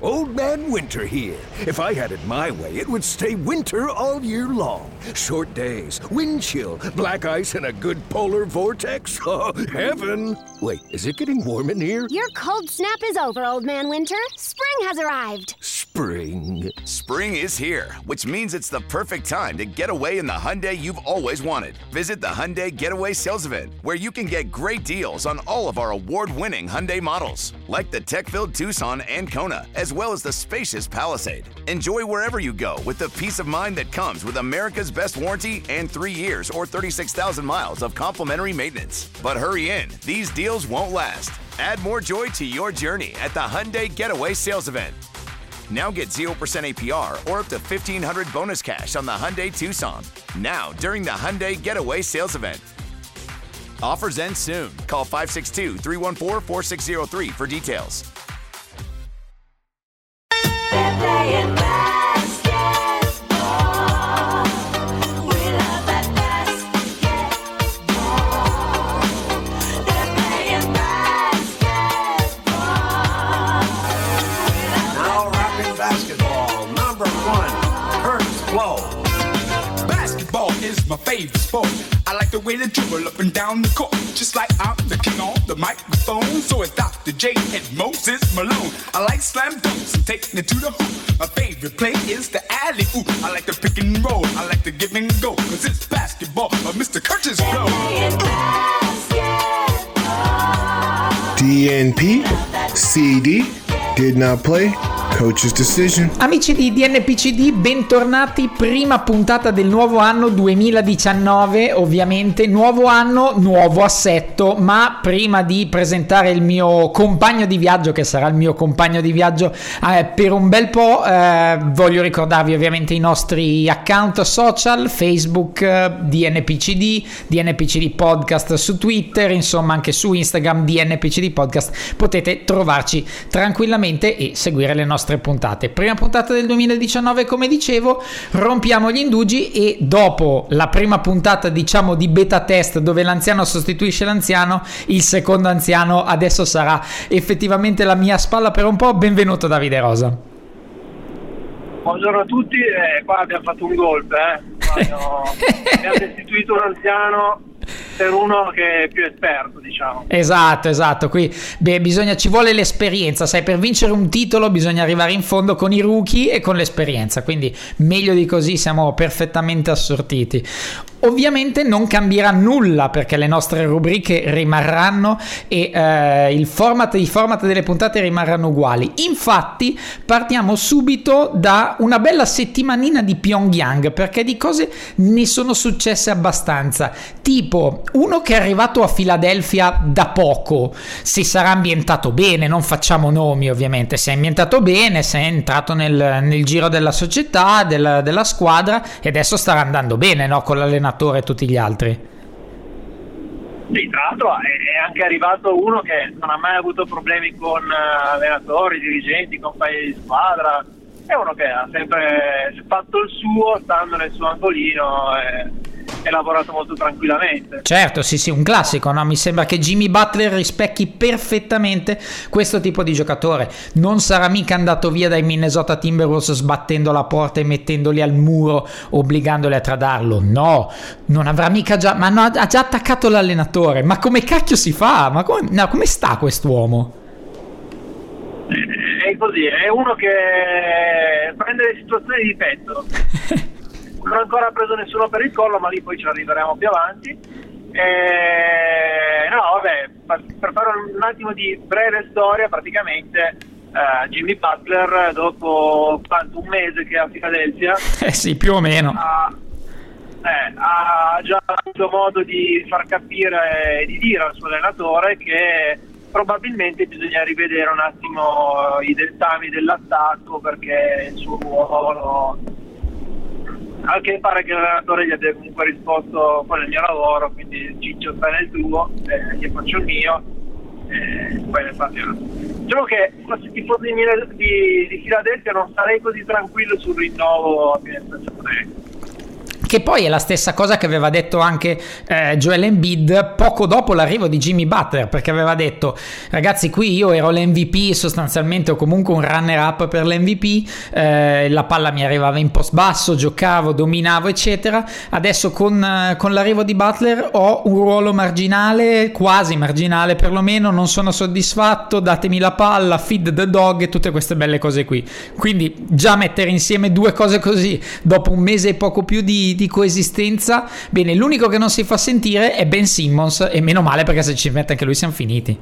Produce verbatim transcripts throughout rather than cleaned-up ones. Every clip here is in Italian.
Old Man Winter here. If I had it my way, it would stay winter all year long. Short days, wind chill, black ice, and a good polar vortex. Oh, heaven! Wait, is it getting warm in here? Your cold snap is over, Old Man Winter. Spring has arrived. Spring. Spring is here, which means it's the perfect time to get away in the Hyundai you've always wanted. Visit the Hyundai Getaway Sales Event, where you can get great deals on all of our award-winning Hyundai models, like the tech-filled Tucson and Kona, as well as the spacious Palisade. Enjoy wherever you go with the peace of mind that comes with America's best warranty and three years or thirty-six thousand miles of complimentary maintenance. But hurry in, these deals won't last. Add more joy to your journey at the Hyundai Getaway Sales Event. Now get zero percent A P R or up to fifteen hundred dollars bonus cash on the Hyundai Tucson. Now, during the Hyundai Getaway Sales Event. Offers end soon. Call five six two, three one four, four six zero three for details. They're playing basketball. We love that basketball. They're playing basketball. Now rapping basketball, number one, Curtis Blow. Basketball is my favorite sport. I like the way they dribble up and down the court, just like I'm the king on the microphone. So it's Doctor J and Moses Malone. I like slam dunks and taking it to the hoop. My favorite play is the alley-oop. I like the pick and roll, I like the give and go, cause it's basketball of Mister Curtis Blow. D N P, C D, did not play. Coach's decision. Amici di D N P C D, bentornati, prima puntata del nuovo anno duemiladiciannove, ovviamente nuovo anno, nuovo assetto, ma prima di presentare il mio compagno di viaggio, che sarà il mio compagno di viaggio eh, per un bel po', eh, voglio ricordarvi ovviamente i nostri account social, Facebook, eh, D N P C D, D N P C D Podcast su Twitter, insomma anche su Instagram D N P C D Podcast, potete trovarci tranquillamente e seguire le nostre puntate. Prima puntata del duemiladiciannove, come dicevo, rompiamo gli indugi e dopo la prima puntata, diciamo, di beta test dove l'anziano sostituisce l'anziano, il secondo anziano adesso sarà effettivamente la mia spalla per un po'. Benvenuto Davide Rosa. Buongiorno a tutti, eh, qua abbiamo fatto un golpe, eh. abbiamo, abbiamo sostituito un anziano per uno che è più esperto, diciamo. Esatto, esatto, qui beh, bisogna, ci vuole l'esperienza, sai, per vincere un titolo bisogna arrivare in fondo con i rookie e con l'esperienza, quindi meglio di così, siamo perfettamente assortiti. Ovviamente non cambierà nulla perché le nostre rubriche rimarranno e eh, il format, i format delle puntate rimarranno uguali. Infatti partiamo subito da una bella settimanina di Pyongyang, perché di cose ne sono successe abbastanza, tipo uno che è arrivato a Filadelfia da poco, si sarà ambientato bene, non facciamo nomi ovviamente, si è ambientato bene, si è entrato nel, nel giro della società, della, della squadra e adesso starà andando bene, no? Con l'allenatore e tutti gli altri. Sì, tra l'altro è anche arrivato uno che non ha mai avuto problemi con allenatori, dirigenti, compagni di squadra, è uno che ha sempre fatto il suo, stando nel suo angolino e e lavorato molto tranquillamente. Certo, sì sì, un classico, no? Mi sembra che Jimmy Butler rispecchi perfettamente questo tipo di giocatore. Non sarà mica andato via dai Minnesota Timberwolves sbattendo la porta e mettendoli al muro, obbligandoli a tradarlo. No, non avrà mica già, ma no, ha già attaccato l'allenatore. Ma come cacchio si fa? Ma come, no, come sta quest'uomo? È così, è uno che prende le situazioni di petto. Non ha ancora preso nessuno per il collo, ma lì poi ci arriveremo più avanti. E, no, vabbè, per, per fare un attimo di breve storia, praticamente uh, Jimmy Butler, dopo quanto, un mese che è a Filadelfia, eh sì, più o meno, ha, eh, ha già avuto modo di far capire e di dire al suo allenatore che probabilmente bisogna rivedere un attimo i dettami dell'attacco, perché il suo ruolo, anche pare che l'allenatore gli abbia comunque risposto: quello è il mio lavoro, quindi Ciccio stai nel tuo, eh, io faccio il mio, eh, poi ne parliamo. Diciamo che fossi tifoso di, di, di Filadelfia non sarei così tranquillo sul rinnovo a fine stagione. che poi è la stessa cosa che aveva detto anche eh, Joel Embiid poco dopo l'arrivo di Jimmy Butler, perché aveva detto: ragazzi, qui io ero l'M V P sostanzialmente, o comunque un runner up per l'M V P, eh, la palla mi arrivava in post basso, giocavo, dominavo eccetera, adesso con, eh, con l'arrivo di Butler ho un ruolo marginale, quasi marginale perlomeno, non sono soddisfatto, datemi la palla, feed the dog e tutte queste belle cose qui. Quindi già mettere insieme due cose così dopo un mese e poco più di di coesistenza, bene, l'unico che non si fa sentire è Ben Simmons, e meno male, perché se ci mette anche lui siamo finiti.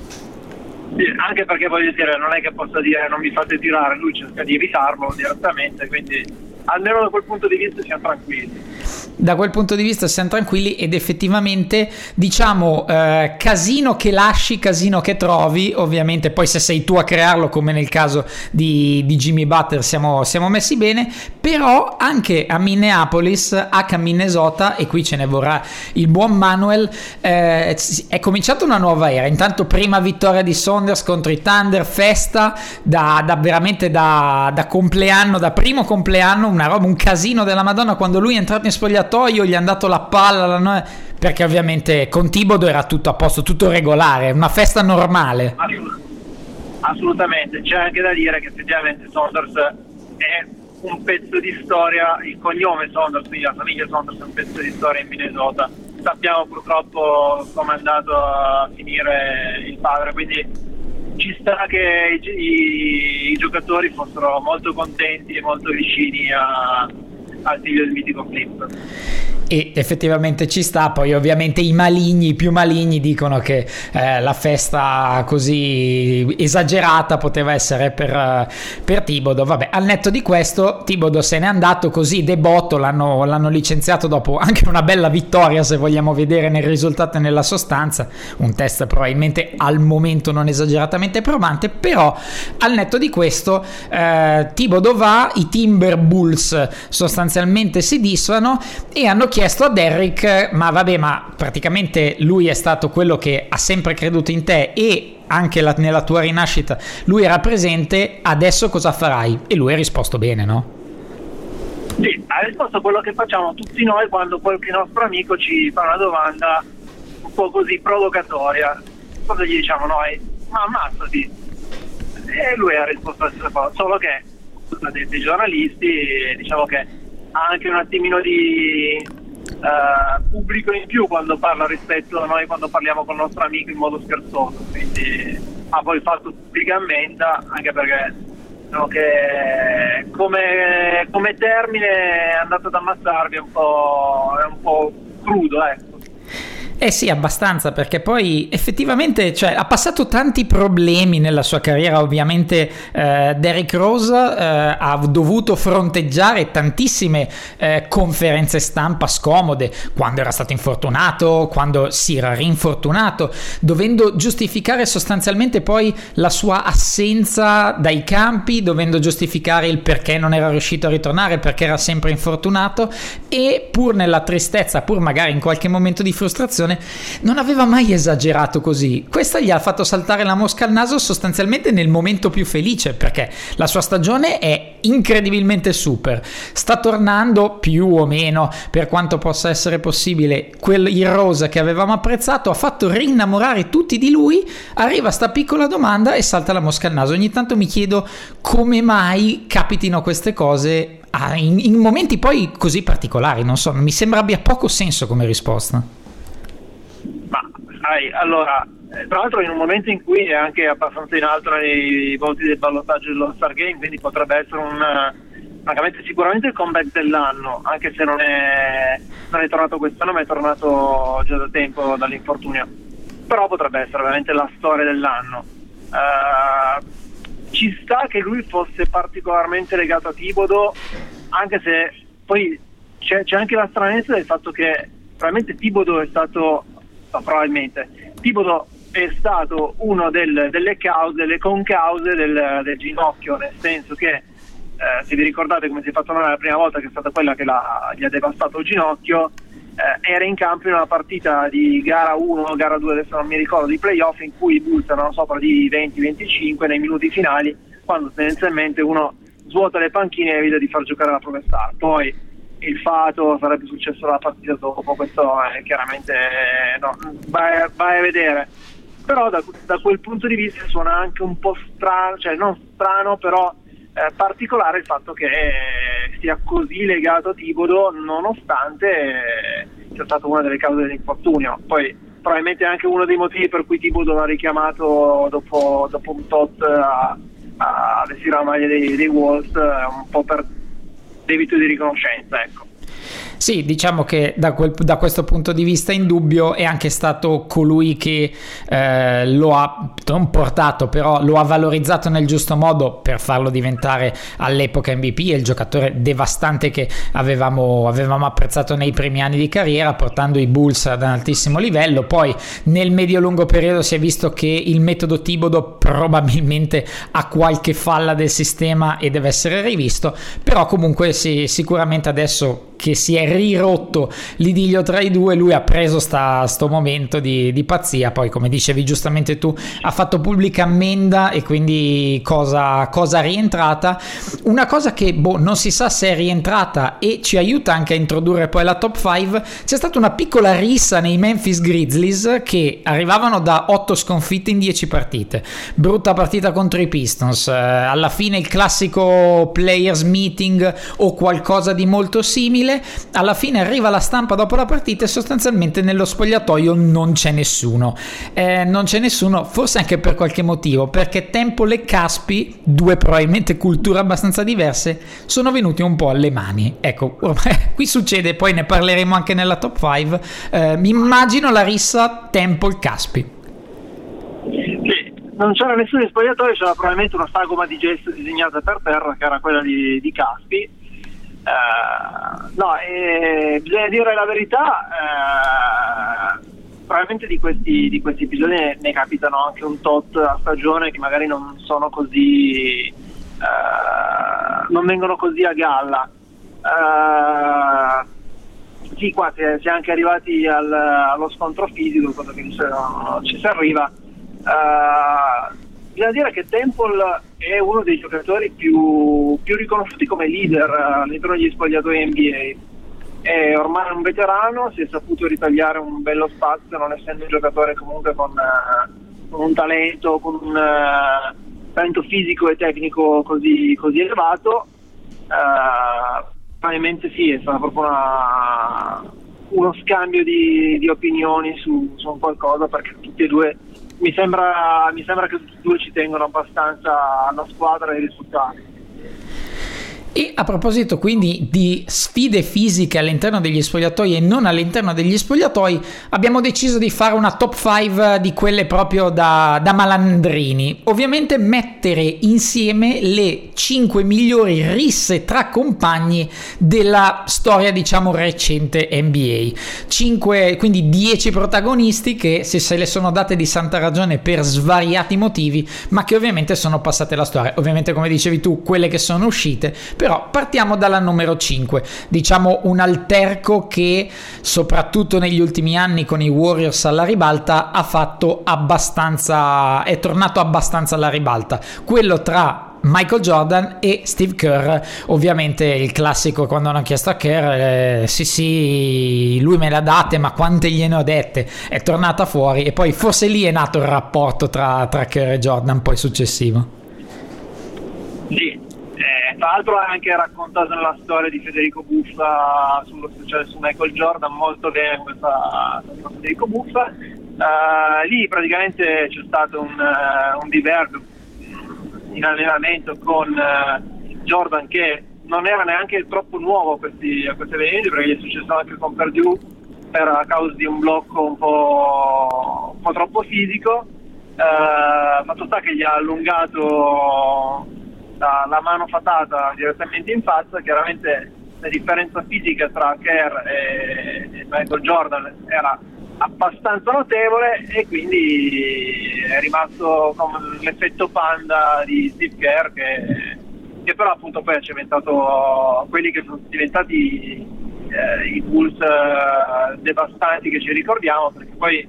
Sì, anche perché voglio dire, non è che possa dire non mi fate tirare, lui cerca di evitarlo direttamente, quindi almeno da quel punto di vista siamo tranquilli. Da quel punto di vista siamo tranquilli, ed effettivamente diciamo eh, casino che lasci, casino che trovi. Ovviamente poi se sei tu a crearlo, come nel caso di, di Jimmy Butler, siamo, siamo messi bene, però anche a Minneapolis, H Minnesota, e qui ce ne vorrà il buon Manuel, eh, è cominciata una nuova era. Intanto prima vittoria di Saunders contro i Thunder, festa da, da veramente da, da compleanno, da primo compleanno, una roba, un casino della Madonna. Quando lui è entrato in spogliatoio gli hanno dato la palla, la... perché ovviamente con Thibodeau era tutto a posto, tutto regolare, una festa normale. Assolutamente, c'è anche da dire che effettivamente Saunders è un pezzo di storia, il cognome Saunders, quindi la famiglia Saunders è un pezzo di storia in Minnesota. Sappiamo purtroppo come è andato a finire il padre, quindi ci sta che i, i, i giocatori fossero molto contenti e molto vicini a al figlio del mitico Flip. E effettivamente ci sta. Poi ovviamente i maligni, i più maligni dicono che eh, la festa così esagerata poteva essere per, per Thibodeau. Vabbè, al netto di questo, Thibodeau se n'è andato così de botto, l'hanno, l'hanno licenziato dopo anche una bella vittoria, se vogliamo vedere nel risultato e nella sostanza, un test probabilmente al momento non esageratamente probante, però al netto di questo eh, Thibodeau va, i Timberwolves sostanzialmente si disfano e hanno chiesto a Derrick: ma vabbè, ma praticamente lui è stato quello che ha sempre creduto in te e anche la, nella tua rinascita lui era presente, adesso cosa farai? E lui ha risposto bene, no? Sì, ha risposto quello che facciamo tutti noi quando qualche nostro amico ci fa una domanda un po' così provocatoria. Cosa gli diciamo noi? Ma ammazzati. E lui ha risposto la stessa cosa, solo che dei, dei giornalisti, diciamo che ha anche un attimino di uh, pubblico in più quando parla rispetto a noi quando parliamo con il nostro amico in modo scherzoso, quindi ha poi fatto pubblicamente, anche perché diciamo che come, come termine è andato ad ammazzarvi, è un po', è un po' crudo, ecco. Eh sì, abbastanza, perché poi effettivamente, cioè, ha passato tanti problemi nella sua carriera. Ovviamente eh, Derrick Rose eh, ha dovuto fronteggiare tantissime eh, conferenze stampa scomode quando era stato infortunato, quando si era rinfortunato, dovendo giustificare sostanzialmente poi la sua assenza dai campi, dovendo giustificare il perché non era riuscito a ritornare, perché era sempre infortunato, e pur nella tristezza, pur magari in qualche momento di frustrazione, non aveva mai esagerato così. Questa gli ha fatto saltare la mosca al naso sostanzialmente nel momento più felice, perché la sua stagione è incredibilmente super, sta tornando più o meno, per quanto possa essere possibile, quel il Rose che avevamo apprezzato, ha fatto rinnamorare tutti di lui. Arriva sta piccola domanda e salta la mosca al naso. Ogni tanto mi chiedo come mai capitino queste cose in, in momenti poi così particolari, non so, mi sembra abbia poco senso come risposta. Ma sai, allora, eh, tra l'altro in un momento in cui è anche abbastanza in alto nei voti del ballottaggio dello Star Game, quindi potrebbe essere un, francamente, sicuramente il comeback dell'anno, anche se non è, non è tornato quest'anno, ma è tornato già da tempo dall'infortunio, però potrebbe essere veramente la storia dell'anno. Uh, ci sta che lui fosse particolarmente legato a Thibodeau, anche se poi c'è, c'è anche la stranezza del fatto che probabilmente Thibodeau è stato No, probabilmente Thibodeau è stato uno del, delle cause, delle concause del, del ginocchio, nel senso che eh, se vi ricordate come si è fatto la prima volta, che è stata quella che la, gli ha devastato il ginocchio, eh, era in campo in una partita di gara uno o gara due, adesso non mi ricordo, di playoff, in cui i Bulls erano sopra di venti venticinque nei minuti finali, quando tendenzialmente uno svuota le panchine e evita di far giocare la propria star. Poi il fato, sarebbe successo la partita dopo, questo è chiaramente no, vai, vai a vedere. Però da, da quel punto di vista suona anche un po' strano, cioè non strano, però eh, particolare il fatto che sia così legato a Thibodeau, nonostante eh, sia stata una delle cause dell'infortunio. Poi probabilmente anche uno dei motivi per cui Thibodeau l'ha richiamato dopo, dopo un tot a, a vestire la maglia dei, dei Wolves, un po' per debito di riconoscenza, ecco. Sì, diciamo che da, quel, da questo punto di vista indubbio è anche stato colui che eh, lo ha non portato, però lo ha valorizzato nel giusto modo per farlo diventare all'epoca M V P e il giocatore devastante che avevamo, avevamo apprezzato nei primi anni di carriera, portando i Bulls ad un altissimo livello. Poi nel medio-lungo periodo si è visto che il metodo Thibodeau probabilmente ha qualche falla del sistema e deve essere rivisto, però comunque sì, sicuramente adesso che si è rirotto l'idillio tra i due, lui ha preso sta, sto momento di, di pazzia. Poi, come dicevi giustamente tu, ha fatto pubblica ammenda e quindi cosa, cosa rientrata. Una cosa che boh, non si sa se è rientrata e ci aiuta anche a introdurre poi la top cinque, c'è stata una piccola rissa nei Memphis Grizzlies che arrivavano da otto sconfitte in dieci partite, brutta partita contro i Pistons, eh, alla fine il classico players meeting o qualcosa di molto simile. Alla fine arriva la stampa dopo la partita e sostanzialmente nello spogliatoio non c'è nessuno, eh, non c'è nessuno forse anche per qualche motivo, perché Temple e Caspi, due probabilmente culture abbastanza diverse, sono venuti un po' alle mani. Ecco, ormai, qui succede, poi ne parleremo anche nella top cinque. eh, mi immagino la rissa Temple-Caspi. Sì, non c'era nessuno in spogliatoio, c'era probabilmente una sagoma di gesto disegnata per terra che era quella di, di Caspi. Uh, no, eh, bisogna dire la verità, uh, probabilmente di questi, di questi episodi ne, ne capitano anche un tot a stagione che magari non sono così, uh, non vengono così a galla. Uh, sì, qua si è, si è anche arrivati al, allo scontro fisico, cosa che non ci si arriva. Uh, bisogna dire che Temple è uno dei giocatori più, più riconosciuti come leader all'interno degli spogliatoi N B A. È ormai un veterano, si è saputo ritagliare un bello spazio, non essendo un giocatore comunque con, uh, con un talento, con un uh, talento fisico e tecnico così, così elevato. Uh, probabilmente sì, è stata proprio una, uno scambio di, di opinioni su, su un qualcosa, perché tutti e due Mi sembra, mi sembra che tutti e due ci tengono abbastanza alla squadra e ai risultati. E a proposito quindi di sfide fisiche all'interno degli spogliatoi e non all'interno degli spogliatoi, abbiamo deciso di fare una top cinque di quelle proprio da, da malandrini. Ovviamente mettere insieme le cinque migliori risse tra compagni della storia, diciamo, recente N B A. cinque, quindi dieci protagonisti che se, se le sono date di santa ragione per svariati motivi, ma che ovviamente sono passate alla storia. Ovviamente, come dicevi tu, quelle che sono uscite. Però partiamo dalla numero cinque, diciamo un alterco che soprattutto negli ultimi anni con i Warriors alla ribalta ha fatto abbastanza, è tornato abbastanza alla ribalta, quello tra Michael Jordan e Steve Kerr. Ovviamente il classico, quando hanno chiesto a Kerr, eh, sì sì, lui me la date, ma quante gliene ho dette, è tornata fuori, e poi forse lì è nato il rapporto tra, tra Kerr e Jordan poi successivo. Sì. Eh, tra l'altro ha anche raccontato nella storia di Federico Buffa sullo speciale su Michael Jordan molto bene questa, questa Federico Buffa. Uh, lì praticamente c'è stato un, uh, un diverbio in allenamento con uh, Jordan, che non era neanche troppo nuovo a questi, a questi eventi, perché gli è successo anche con Purdue per a causa di un blocco un po', un po' troppo fisico. Uh, fatto sta che gli ha allungato La, la mano fatata direttamente in faccia. Chiaramente la differenza fisica tra Kerr e, e Michael Jordan era abbastanza notevole, e quindi è rimasto come l'effetto panda di Steve Kerr, che, che però appunto poi ha cementato quelli che sono diventati eh, i Bulls eh, devastanti che ci ricordiamo, perché poi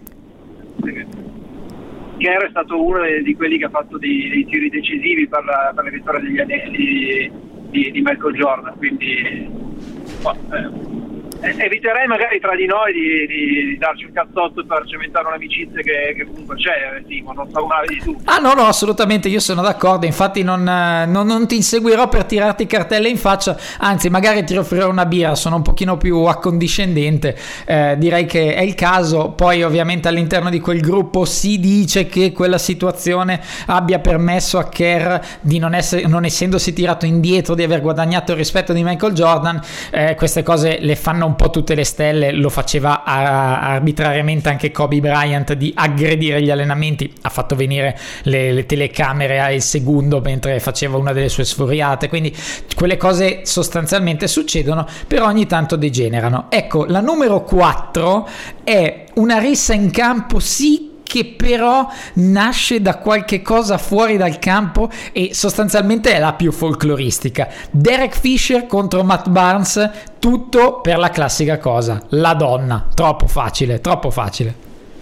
Kerr è stato uno di quelli che ha fatto dei, dei tiri decisivi per, la, per le vittorie degli anelli di, di Michael Jordan, quindi ma, eh, eviterei magari tra di noi di, di, di darci un cazzotto per cementare un'amicizia che, che comunque c'è, sì, ma non so come la vedi tu. Ah no no, assolutamente, io sono d'accordo, infatti non, non, non ti inseguirò per tirarti cartelle in faccia, anzi magari ti offrirò una birra, sono un pochino più accondiscendente, eh, direi che è il caso. Poi ovviamente all'interno di quel gruppo si dice che quella situazione abbia permesso a Kerr di non, essere, non essendosi tirato indietro, di aver guadagnato il rispetto di Michael Jordan. Eh, queste cose le fanno un po' tutte le stelle, lo faceva a, arbitrariamente anche Kobe Bryant, di aggredire gli allenamenti, ha fatto venire le, le telecamere al secondo mentre faceva una delle sue sfuriate, quindi quelle cose sostanzialmente succedono, però ogni tanto degenerano. Ecco, la numero quattro è una rissa in campo, sì, che però nasce da qualche cosa fuori dal campo e sostanzialmente è la più folcloristica. Derek Fisher contro Matt Barnes, tutto per la classica cosa, la donna. Troppo facile, troppo facile.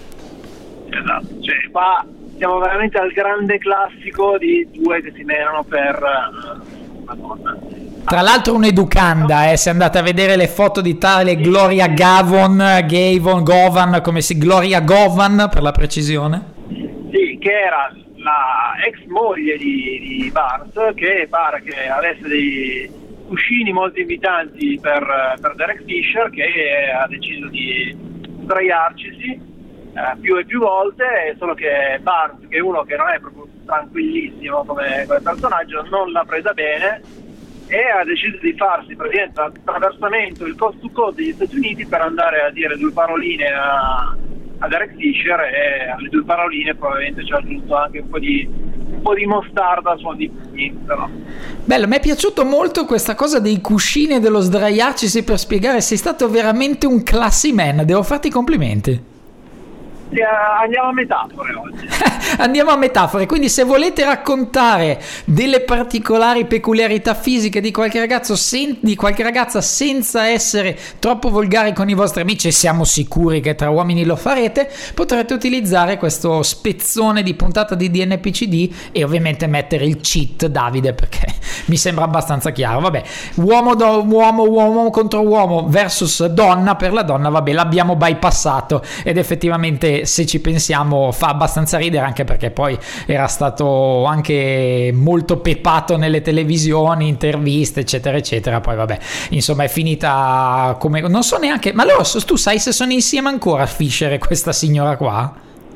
Esatto, cioè qua siamo veramente al grande classico di due che si menano per uh, una donna. Tra l'altro un'educanda, eh, se andate a vedere le foto di tale Gloria Gavon, Gavon, Govan, come si, Gloria Govan per la precisione. Sì, che era la ex moglie di, di Barnes, che pare che avesse dei cuscini molto invitanti per, per Derek Fisher, che ha deciso di sdraiarcisi eh, più e più volte, solo che Barnes, che è uno che non è proprio tranquillissimo come, come personaggio, non l'ha presa bene e ha deciso di farsi praticamente attraversamento il cost to cost degli Stati Uniti per andare a dire due paroline a, a Derek Fisher, e alle due paroline probabilmente ci ha aggiunto anche un po' di, un po' di mostarda al suo di però. Bello, mi è piaciuto molto questa cosa dei cuscini e dello sdraiarci per spiegare, sei stato veramente un classy man, devo farti i complimenti. Sì, andiamo a metafore oggi. Andiamo a metafore, quindi se volete raccontare delle particolari peculiarità fisiche di qualche ragazzo sen- di qualche ragazza senza essere troppo volgari con i vostri amici, e siamo sicuri che tra uomini lo farete, potrete utilizzare questo spezzone di puntata di D N P C D e ovviamente mettere il cheat Davide, perché mi sembra abbastanza chiaro. Vabbè, uomo, do- uomo, uomo contro uomo versus donna per la donna, vabbè, l'abbiamo bypassato ed effettivamente, se ci pensiamo, fa abbastanza ridere, anche perché poi era stato anche molto pepato nelle televisioni, interviste eccetera eccetera. Poi vabbè, insomma è finita come, non so neanche, ma loro, tu sai se sono insieme ancora Fisher e questa signora qua?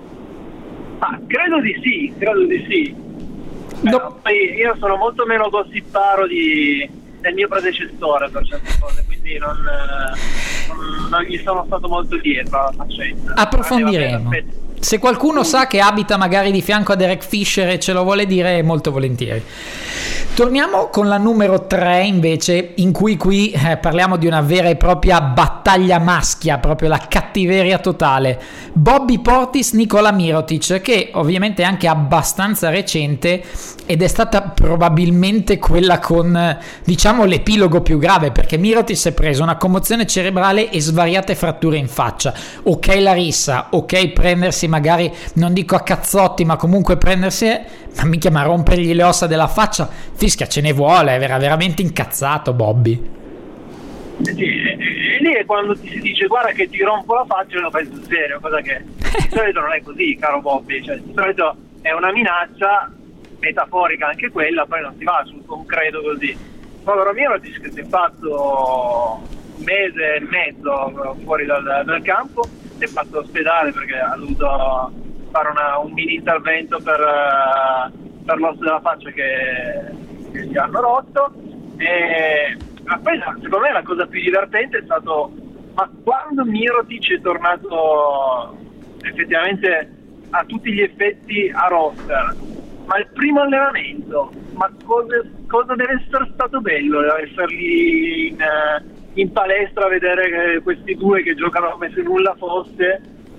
Ah, credo di sì, credo di sì. No. Eh, io sono molto meno gossiparo di, del mio predecessore per certe cose, quindi non, non, non gli sono stato molto dietro alla faccenda. Approfondiremo. Se qualcuno sa che abita magari di fianco a Derek Fisher e ce lo vuole dire, molto volentieri. Torniamo con la numero tre invece, in cui qui eh, parliamo di una vera e propria battaglia maschia, proprio la cattiveria totale. Bobby Portis, Nikola Mirotic, che ovviamente è anche abbastanza recente ed è stata probabilmente quella con, diciamo, l'epilogo più grave, perché Mirotic si è preso una commozione cerebrale e svariate fratture in faccia. Ok la rissa, ok prendersi magari, non dico a cazzotti, ma comunque prendersi, ma minchia, ma rompergli le ossa della faccia, fischia, ce ne vuole, era veramente incazzato Bobby. Sì, e, e lì è quando ti si dice guarda che ti rompo la faccia e lo fai sul serio, cosa che di solito non è così, caro Bobby, cioè di solito è una minaccia metaforica anche quella, poi non si va sul concreto così. Povero mio, dice che si è fatto un mese e mezzo fuori dal, dal campo, si è fatto ospedale perché ha dovuto fare una, un mini intervento per, uh, per l'osso della faccia che, che gli hanno rotto. E ma poi secondo me la cosa più divertente è stato, ma quando Mirotic è tornato effettivamente a tutti gli effetti a roster, ma il primo allenamento, ma cosa, cosa deve essere stato bello essere lì in, in palestra a vedere questi due che giocano come se nulla fosse,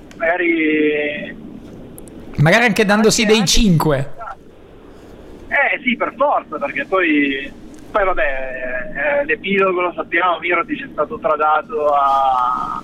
magari magari anche dandosi anche, dei anche cinque. Eh sì, per forza, perché poi poi vabbè, eh, l'epilogo lo sappiamo, Mirotic è stato tradato a,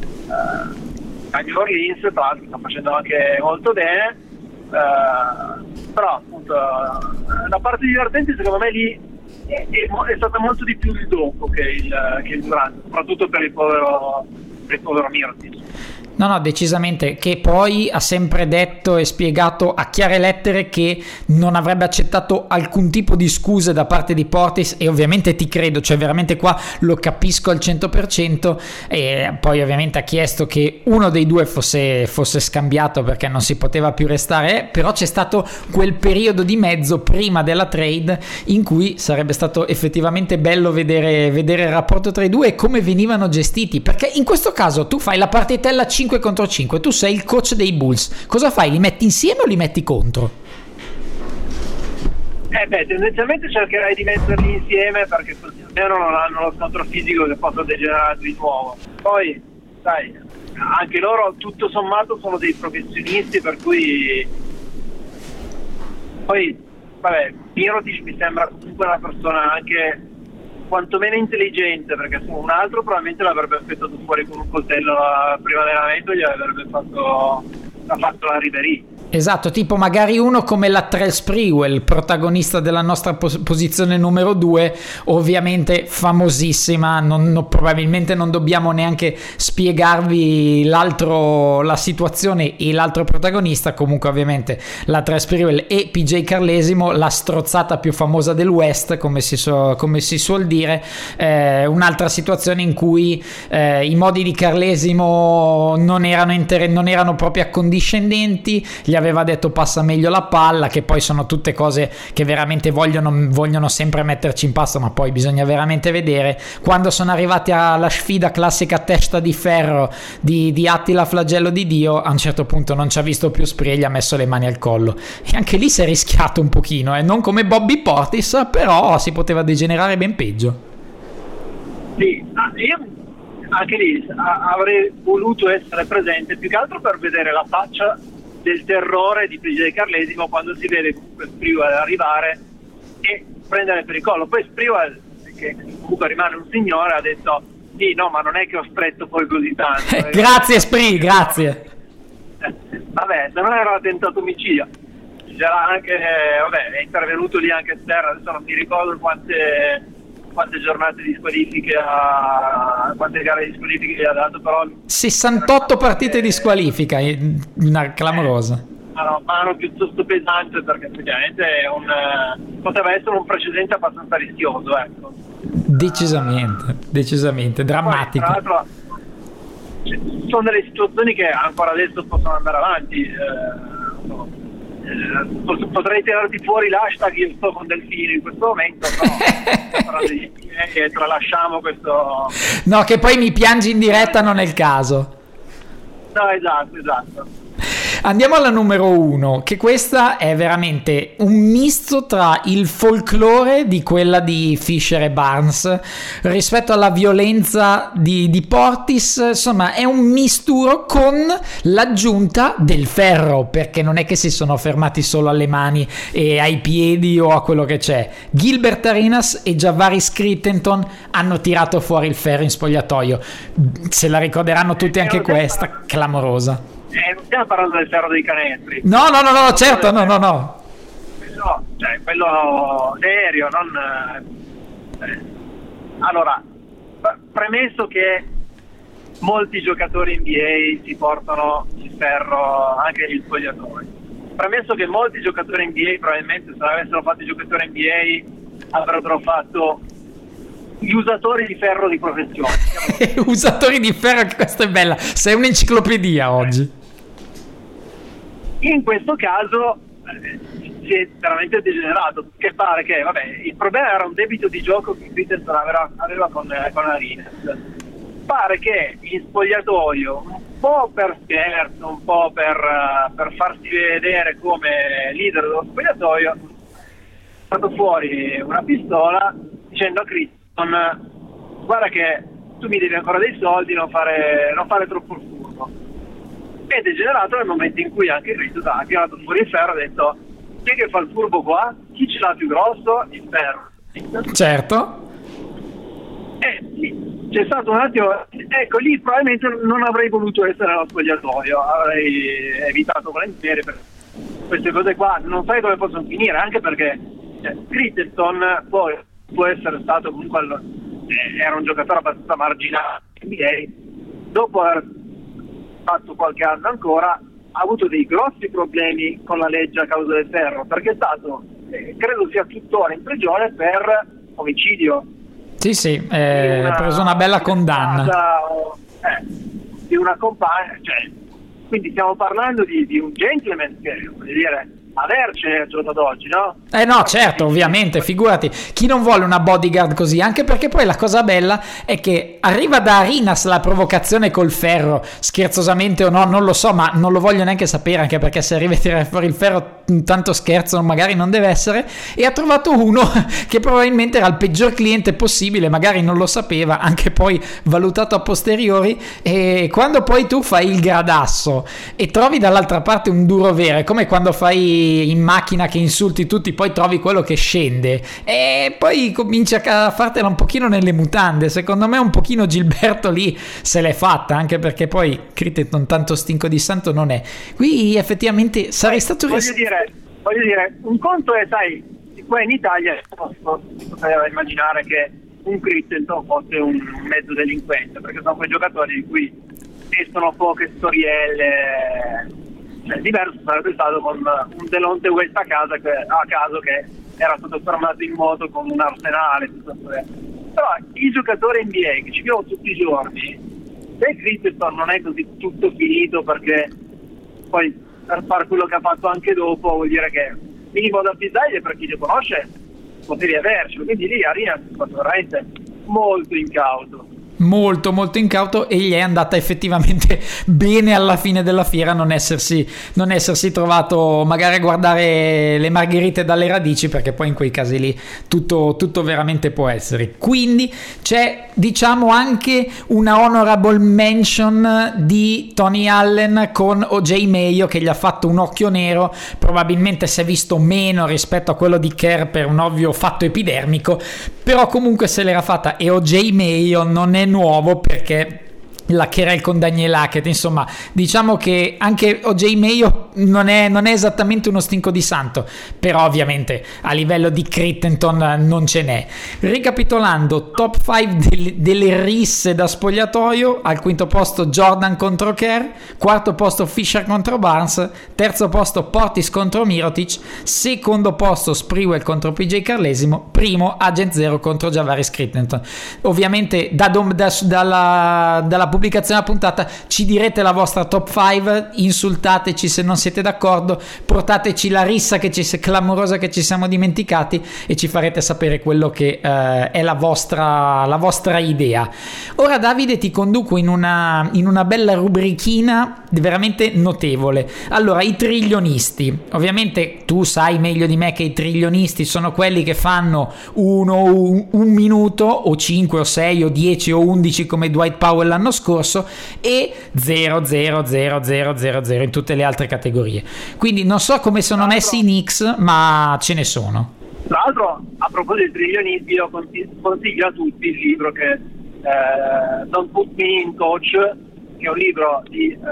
eh, a New Orleans, tra l'altro sta facendo anche molto bene, eh, però appunto la parte divertente secondo me lì è, è, è stato molto di più il dopo che il, che il durante, soprattutto per il povero, per il povero Mirotic. No, no, decisamente, che poi ha sempre detto e spiegato a chiare lettere che non avrebbe accettato alcun tipo di scuse da parte di Portis, e ovviamente ti credo, cioè veramente qua lo capisco al cento per cento, e poi ovviamente ha chiesto che uno dei due fosse, fosse scambiato perché non si poteva più restare, però c'è stato quel periodo di mezzo prima della trade in cui sarebbe stato effettivamente bello vedere, vedere il rapporto tra i due e come venivano gestiti, perché in questo caso tu fai la partitella cinque contro cinque, tu sei il coach dei Bulls, cosa fai? Li metti insieme o li metti contro? Eh beh, tendenzialmente cercherai di metterli insieme perché così almeno non hanno lo scontro fisico che possa degenerare di nuovo. Poi, sai, anche loro tutto sommato sono dei professionisti, per cui poi, vabbè, Mirotic mi sembra comunque una persona anche quantomeno intelligente, perché su un altro probabilmente l'avrebbe aspettato fuori con un coltello prima dell'allenamento e gli avrebbe fatto, ha fatto la Ribéry. Esatto, tipo magari uno come Latrell Sprewell, protagonista della nostra pos- posizione numero due, ovviamente famosissima, non, no, probabilmente non dobbiamo neanche spiegarvi l'altro, la situazione e l'altro protagonista, comunque ovviamente Latrell Sprewell e P J Carlesimo, la strozzata più famosa del West, come si, so, come si suol dire, eh, un'altra situazione in cui eh, i modi di Carlesimo non erano, inter- non erano proprio accondiscendenti, gli aveva detto passa meglio la palla, che poi sono tutte cose che veramente vogliono, vogliono sempre metterci in pasto, ma poi bisogna veramente vedere. Quando sono arrivati alla sfida classica testa di ferro di, di Attila Flagello di Dio, a un certo punto non ci ha visto più Spree, gli ha messo le mani al collo e anche lì si è rischiato un pochino, eh? Non come Bobby Portis, però si poteva degenerare ben peggio. Sì, io anche lì avrei voluto essere presente più che altro per vedere la faccia del terrore di P J Carlesimo quando si vede comunque Sprewell arrivare e prendere per il collo. Poi Sprewell, che comunque rimane un signore, ha detto sì, no, ma non è che ho stretto poi così tanto. Eh, grazie Spree, grazie. Eh, vabbè, se non era tentato omicidio. C'era anche, eh, vabbè, è intervenuto lì anche Sterra, adesso non mi ricordo quante quante giornate di squalifiche ha, quante gare di squalifiche gli ha dato, però sessantotto partite di squalifica, una clamorosa. Una mano piuttosto pesante, perché effettivamente è un, poteva essere un precedente abbastanza rischioso, ecco. Decisamente, decisamente, drammatico. Poi, tra l'altro, sono delle situazioni che ancora adesso possono andare avanti. Eh, no. Eh, potrei tirarti fuori l'hashtag io sto con Delfino in questo momento, però e tralasciamo questo. No, che poi mi piangi in diretta, non è il caso. No, esatto, esatto. Andiamo alla numero uno, che questa è veramente un misto tra il folklore di quella di Fisher e Barnes rispetto alla violenza di, di Portis. Insomma, è un misturo con l'aggiunta del ferro, perché non è che si sono fermati solo alle mani e ai piedi o a quello che c'è. Gilbert Arenas e Javaris Crittenton hanno tirato fuori il ferro in spogliatoio. Se la ricorderanno tutti anche questa, clamorosa. Eh, non stiamo parlando del ferro dei canestri. No, no, no, no, certo, no, no, no. No, cioè quello serio, non. Eh. Allora, premesso che molti giocatori N B A si portano il ferro anche negli spogliatoi. Premesso che molti giocatori N B A probabilmente se avessero fatto i giocatori N B A avrebbero fatto gli usatori di ferro di professione. Usatori di ferro, questa è bella. Sei un'enciclopedia oggi. In questo caso eh, si è veramente degenerato, che pare che vabbè, il problema era un debito di gioco che Peterson aveva, aveva con, eh, con Arenas. Pare che in spogliatoio, un po' per scherzo, un po' per, uh, per farsi vedere come leader dello spogliatoio, è stato fuori una pistola dicendo a Crittenton: guarda che tu mi devi ancora dei soldi, non fare, non fare troppo il furbo. È degenerato nel momento in cui anche Crittenton ha tirato fuori il ferro e ha detto: chi è che fa il furbo qua? Chi ce l'ha più grosso? Il ferro. Certo. Eh sì, c'è stato un attimo, ecco lì probabilmente non avrei voluto essere nello spogliatoio, avrei evitato volentieri, per queste cose qua non sai dove possono finire, anche perché cioè, Crittenton poi può essere stato comunque al, eh, era un giocatore abbastanza marginale in N B A, dopo aver fatto qualche anno ancora ha avuto dei grossi problemi con la legge a causa del ferro, perché è stato, eh, credo sia tuttora in prigione per omicidio. Sì, sì, eh, ha preso una bella condanna. O, eh, di una compagna, cioè, quindi stiamo parlando di, di un gentleman che, voglio dire, avercene al giorno d'oggi, no? Eh no, certo, ovviamente, figurati, chi non vuole una bodyguard così, anche perché poi la cosa bella è che arriva da Arenas la provocazione col ferro, scherzosamente o no, non lo so, ma non lo voglio neanche sapere, anche perché se arriva a tirare fuori il ferro, tanto scherzo magari non deve essere, e ha trovato uno che probabilmente era il peggior cliente possibile, magari non lo sapeva, anche poi valutato a posteriori, e quando poi tu fai il gradasso e trovi dall'altra parte un duro vero, è come quando fai in macchina che insulti tutti, poi trovi quello che scende e poi comincia a fartela un pochino nelle mutande. Secondo me un pochino Gilberto lì se l'è fatta, anche perché poi Crittenton tanto stinco di santo non è. Qui effettivamente sarei stato voglio dire, voglio dire un conto è, sai, qua in Italia si poteva immaginare che un Crittenton fosse un mezzo delinquente, perché sono quei giocatori di cui escono poche storielle. Cioè, diverso sarebbe stato con un Delonte West a casa che, a caso che era stato fermato in moto con un arsenale, però i giocatori N B A che ci vedono tutti i giorni, se Crittenton non è così tutto finito, perché poi per fare quello che ha fatto anche dopo vuol dire che minimo da pizzaglia, per chi lo conosce potevi avercelo, quindi lì Arenas è stato veramente molto incauto. molto molto incauto e gli è andata effettivamente bene alla fine della fiera non essersi, non essersi trovato magari a guardare le margherite dalle radici, perché poi in quei casi lì tutto, tutto veramente può essere. Quindi c'è, diciamo, anche una honorable mention di Tony Allen con O J Mayo, che gli ha fatto un occhio nero, probabilmente si è visto meno rispetto a quello di Kerr per un ovvio fatto epidermico, però comunque se l'era fatta. E O J Mayo non è nuovo, perché la querel con Daniel Hackett, insomma, diciamo che anche O J Mayo non è, non è esattamente uno stinco di santo, però ovviamente a livello di Crittenton non ce n'è. Ricapitolando, top cinque del, delle risse da spogliatoio: al quinto posto Jordan contro Kerr, quarto posto Fisher contro Barnes, terzo posto Portis contro Mirotic, secondo posto Sprewell contro P J Carlesimo, primo Agent Zero contro Javaris Crittenton. Ovviamente da, da, dalla, dalla pubblicazione della puntata ci direte la vostra top cinque, insultateci se non siete d'accordo, portateci la rissa che ci, clamorosa che ci siamo dimenticati, e ci farete sapere quello che eh, è la vostra, la vostra idea. Ora Davide ti conduco in una, in una bella rubrichina veramente notevole. Allora, i triglionisti, ovviamente tu sai meglio di me che i triglionisti sono quelli che fanno uno, un, un minuto o cinque o sei o dieci o undici come Dwight Powell l'anno scorso, e zero zero zero zero zero zero in tutte le altre categorie. Quindi non so come sono messi i Knicks, ma ce ne sono. Tra l'altro, a proposito dei triglionisti, io consiglio a tutti il libro che eh, Don't Put Me in Coach, che è un libro di eh,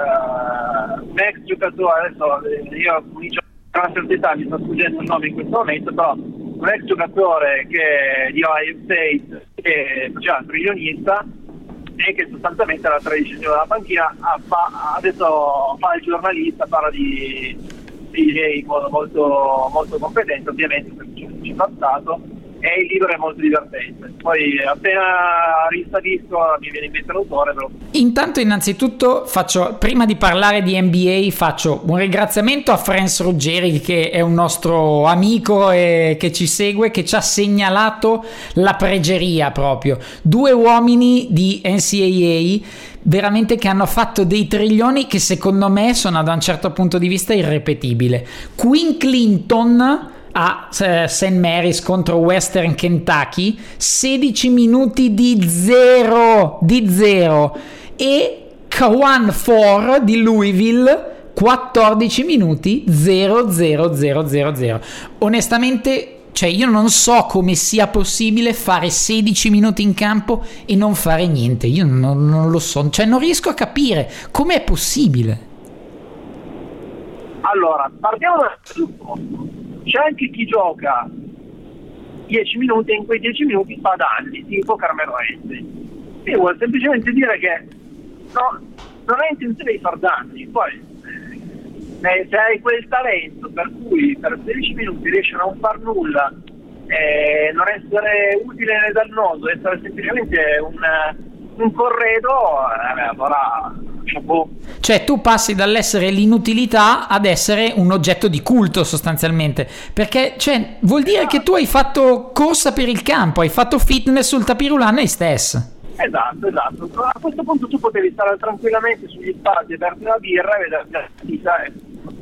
un ex giocatore. Adesso io comincio a una certa età, mi sta sfuggendo il nome in questo momento, però un ex giocatore che di Ohio State, che faceva il trilionista e che sostanzialmente alla tredicesima della panchina fa, adesso fa il giornalista, parla di D J in modo molto, molto competente, ovviamente perché ci è passato, e il libro è molto divertente. Poi appena ristabilisco mi viene in mente l'autore. Però. Intanto innanzitutto faccio, prima di parlare di N B A, faccio un ringraziamento a Franz Ruggeri, che è un nostro amico e che ci segue, che ci ha segnalato la pregieria proprio. Due uomini di N C A A veramente che hanno fatto dei triglioni che secondo me sono da un certo punto di vista irrepetibile. Quinn Clinton a Saint Mary's contro Western Kentucky, sedici minuti di zero di zero, e Kawan Four di Louisville quattordici minuti zero zero zero zero zero. Onestamente, cioè, io non so come sia possibile fare sedici minuti in campo e non fare niente. Io non, non lo so, cioè non riesco a capire com'è possibile. Allora, partiamo dal presupposto. C'è anche chi gioca dieci minuti e in quei dieci minuti fa danni, tipo Carmelo Anthony. Io vuol semplicemente dire che no, non hai intenzione di far danni, poi eh, se hai quel talento per cui per sedici minuti riesci a non far nulla, eh, non essere utile né dannoso, essere semplicemente un, un corredo, eh, allora chapeau. Cioè tu passi dall'essere l'inutilità ad essere un oggetto di culto sostanzialmente, perché cioè, vuol dire che tu hai fatto corsa per il campo, hai fatto fitness sul tapirulan e stesso. Esatto, esatto. A questo punto tu potevi stare tranquillamente sugli spalti, berti la birra e vederti la partita e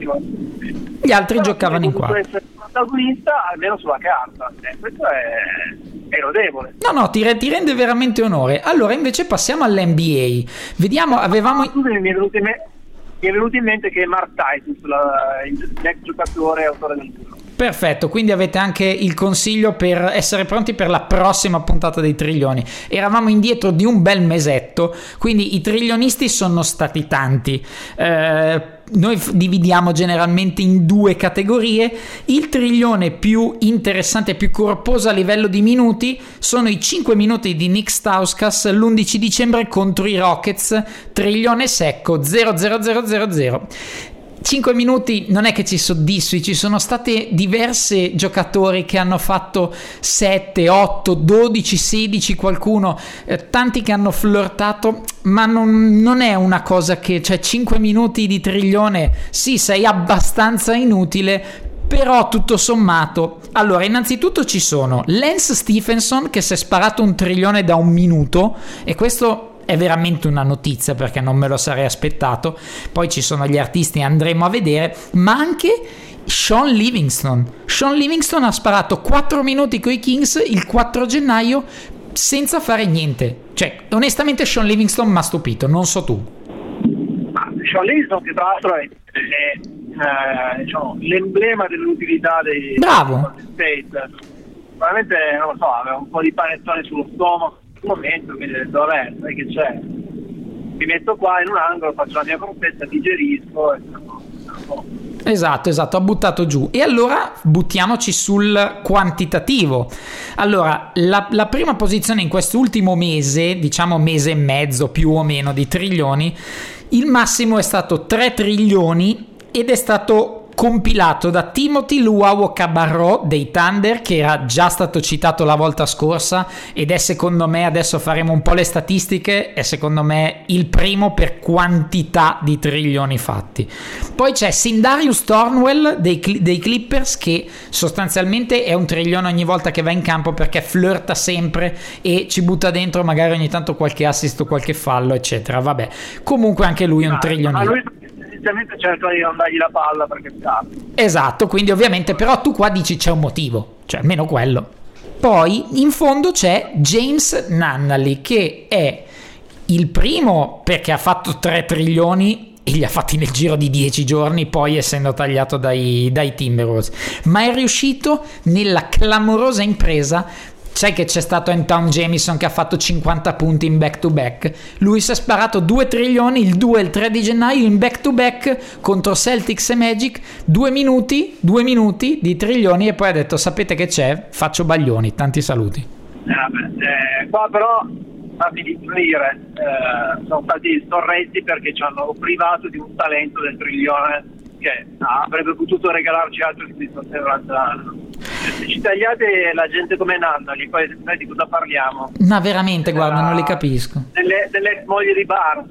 gli altri però giocavano in qua. Essere protagonista almeno sulla carta, eh, questo è, è lodevole. No, no, ti, re- ti rende veramente onore. Allora invece passiamo all'N B A. Vediamo, avevamo... Scusami, mi è venuto in, me- mi è venuto in mente che Mark Titus, la, l'ex giocatore e autore del libro. Perfetto, quindi avete anche il consiglio per essere pronti per la prossima puntata dei Triglioni. Eravamo indietro di un bel mesetto, quindi i triglionisti sono stati tanti. Eh, noi f- dividiamo generalmente in due categorie. Il triglione più interessante, più corposo a livello di minuti sono i cinque minuti di Nick Stauskas l'undici dicembre contro i Rockets, triglione secco zero zero zero zero zero. cinque minuti non è che ci soddisfi, ci sono state diverse giocatori che hanno fatto sette, otto, dodici, sedici, qualcuno, eh, tanti che hanno flirtato, ma non, non è una cosa che, cioè cinque minuti di triglione, sì, sei abbastanza inutile, però tutto sommato. Allora, innanzitutto ci sono Lance Stephenson che si è sparato un triglione da un minuto, e questo è veramente una notizia perché non me lo sarei aspettato. Poi ci sono gli artisti, andremo a vedere, ma anche Sean Livingston. Sean Livingston ha sparato quattro minuti coi Kings il quattro gennaio senza fare niente. Cioè, onestamente Sean Livingston mi ha stupito, non so tu. Ah, Sean Livingston che tra l'altro è, è eh, diciamo, l'emblema dell'utilità dei Bravo. State. Veramente, non lo so, aveva un po' di panettone sullo stomaco momento, mi ho detto vabbè, sai che c'è, mi metto qua in un angolo, faccio la mia corpetta, digerisco e... Esatto, esatto, ha buttato giù. E allora buttiamoci sul quantitativo. Allora, la, la prima posizione in quest'ultimo mese, diciamo mese e mezzo più o meno di triglioni, il massimo è stato tre triglioni ed è stato compilato da Timothy Luwawu-Cabarrot dei Thunder, che era già stato citato la volta scorsa ed è secondo me, adesso faremo un po' le statistiche, è secondo me il primo per quantità di triglioni fatti. Poi c'è Sindarius Thornwell dei, dei Clippers, che sostanzialmente è un triglione ogni volta che va in campo perché flirta sempre e ci butta dentro magari ogni tanto qualche assist o qualche fallo eccetera. Vabbè, comunque anche lui è un triglione. Cerco di non dargli la palla perché scappa. Esatto, quindi ovviamente, però tu qua dici c'è un motivo, cioè almeno quello. Poi in fondo c'è James Nunnally, che è il primo perché ha fatto tre triglioni e li ha fatti nel giro di dieci giorni, poi essendo tagliato dai, dai Timberwolves, ma è riuscito nella clamorosa impresa. Sai che c'è stato Antawn Jamison che ha fatto cinquanta punti in back to back, lui si è sparato due triglioni il due e il tre di gennaio in back to back contro Celtics e Magic, due minuti due minuti di triglioni, e poi ha detto sapete che c'è, faccio baglioni, tanti saluti. Eh, vabbè, eh, qua però fammi dire, eh, sono stati sorretti perché ci hanno privato di un talento del triglione che ah, avrebbe potuto regalarci altro di sostanza durante l'anno. Se ci tagliate la gente come Nunnally, poi sai di cosa parliamo? Ma veramente, guarda, non li capisco. Delle, delle mogli di Bart.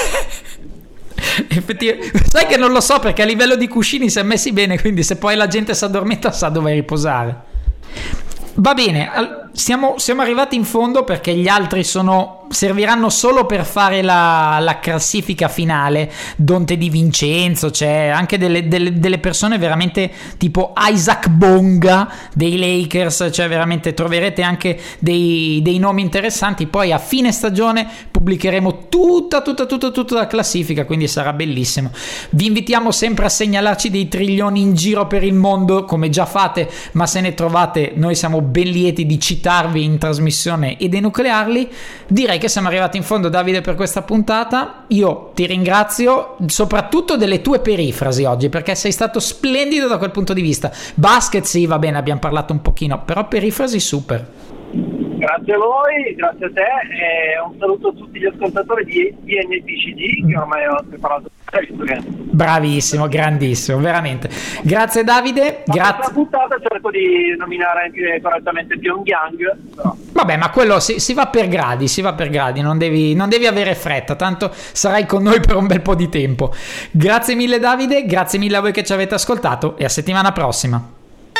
Effettivamente, sai che non lo so perché a livello di cuscini si è messi bene, quindi se poi la gente si addormenta sa dove riposare. Va bene, siamo, siamo arrivati in fondo perché gli altri sono serviranno solo per fare la, la classifica finale. Dante Di Vincenzo, c'è anche delle, delle, delle persone veramente tipo Isaac Bonga dei Lakers, cioè veramente troverete anche dei, dei nomi interessanti. Poi a fine stagione pubblicheremo tutta tutta tutta tutta la classifica, quindi sarà bellissimo. Vi invitiamo sempre a segnalarci dei triglioni in giro per il mondo come già fate, ma se ne trovate noi siamo ben lieti di citarvi in trasmissione e denuclearli. Direi direi che siamo arrivati in fondo, Davide, per questa puntata. Io ti ringrazio soprattutto delle tue perifrasi oggi, perché sei stato splendido da quel punto di vista. Basket sì, va bene, abbiamo parlato un pochino, però perifrasi super. Grazie a voi, grazie a te e un saluto a tutti gli ascoltatori di D N P C D che ormai ho preparato. Bravissimo, grandissimo, veramente. Grazie Davide, ma grazie. questa puntata cerco di nominare anche correttamente Pyongyang, però. Vabbè, ma quello si, si va per gradi, si va per gradi, non devi, non devi avere fretta, tanto sarai con noi per un bel po' di tempo. Grazie mille Davide, grazie mille a voi che ci avete ascoltato e a settimana prossima.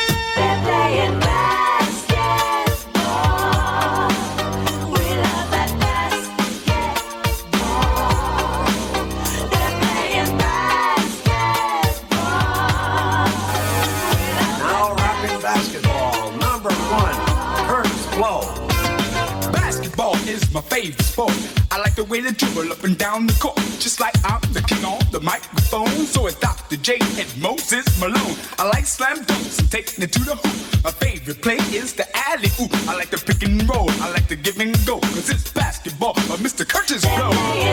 My favorite sport. I like the way they dribble up and down the court, just like I'm the king on the microphone. So it's Doctor J and Moses Malone. I like slam dunks and taking it to the hoop. My favorite play is the alley oop. I like the pick and roll. I like the give and go, cause it's basketball. But Mister Curtis Blow.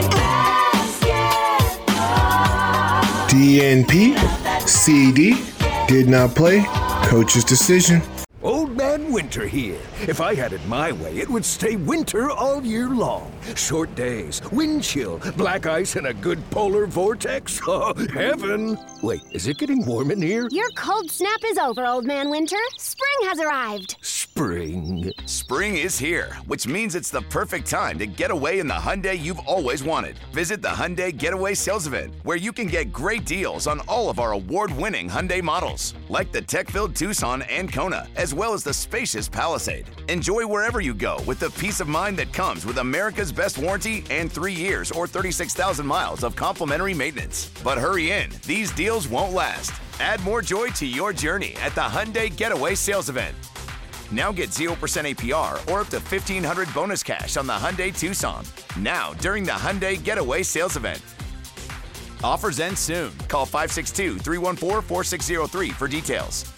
D N P, C D, did not play, coach's decision. Old Man Winter here. If I had it my way, it would stay winter all year long. Short days, wind chill, black ice, and a good polar vortex. Oh, heaven! Wait, is it getting warm in here? Your cold snap is over, Old Man Winter. Spring has arrived. Spring. Spring is here, which means it's the perfect time to get away in the Hyundai you've always wanted. Visit the Hyundai Getaway Sales Event, where you can get great deals on all of our award-winning Hyundai models, like the tech-filled Tucson and Kona, as well as the spacious Palisade. Enjoy wherever you go with the peace of mind that comes with America's best warranty and three years or thirty-six thousand miles of complimentary maintenance. But hurry in, these deals won't last. Add more joy to your journey at the Hyundai Getaway Sales Event. Now get zero percent A P R or up to fifteen hundred dollars bonus cash on the Hyundai Tucson. Now, during the Hyundai Getaway Sales Event. Offers end soon. Call five six two, three one four, four six zero three for details.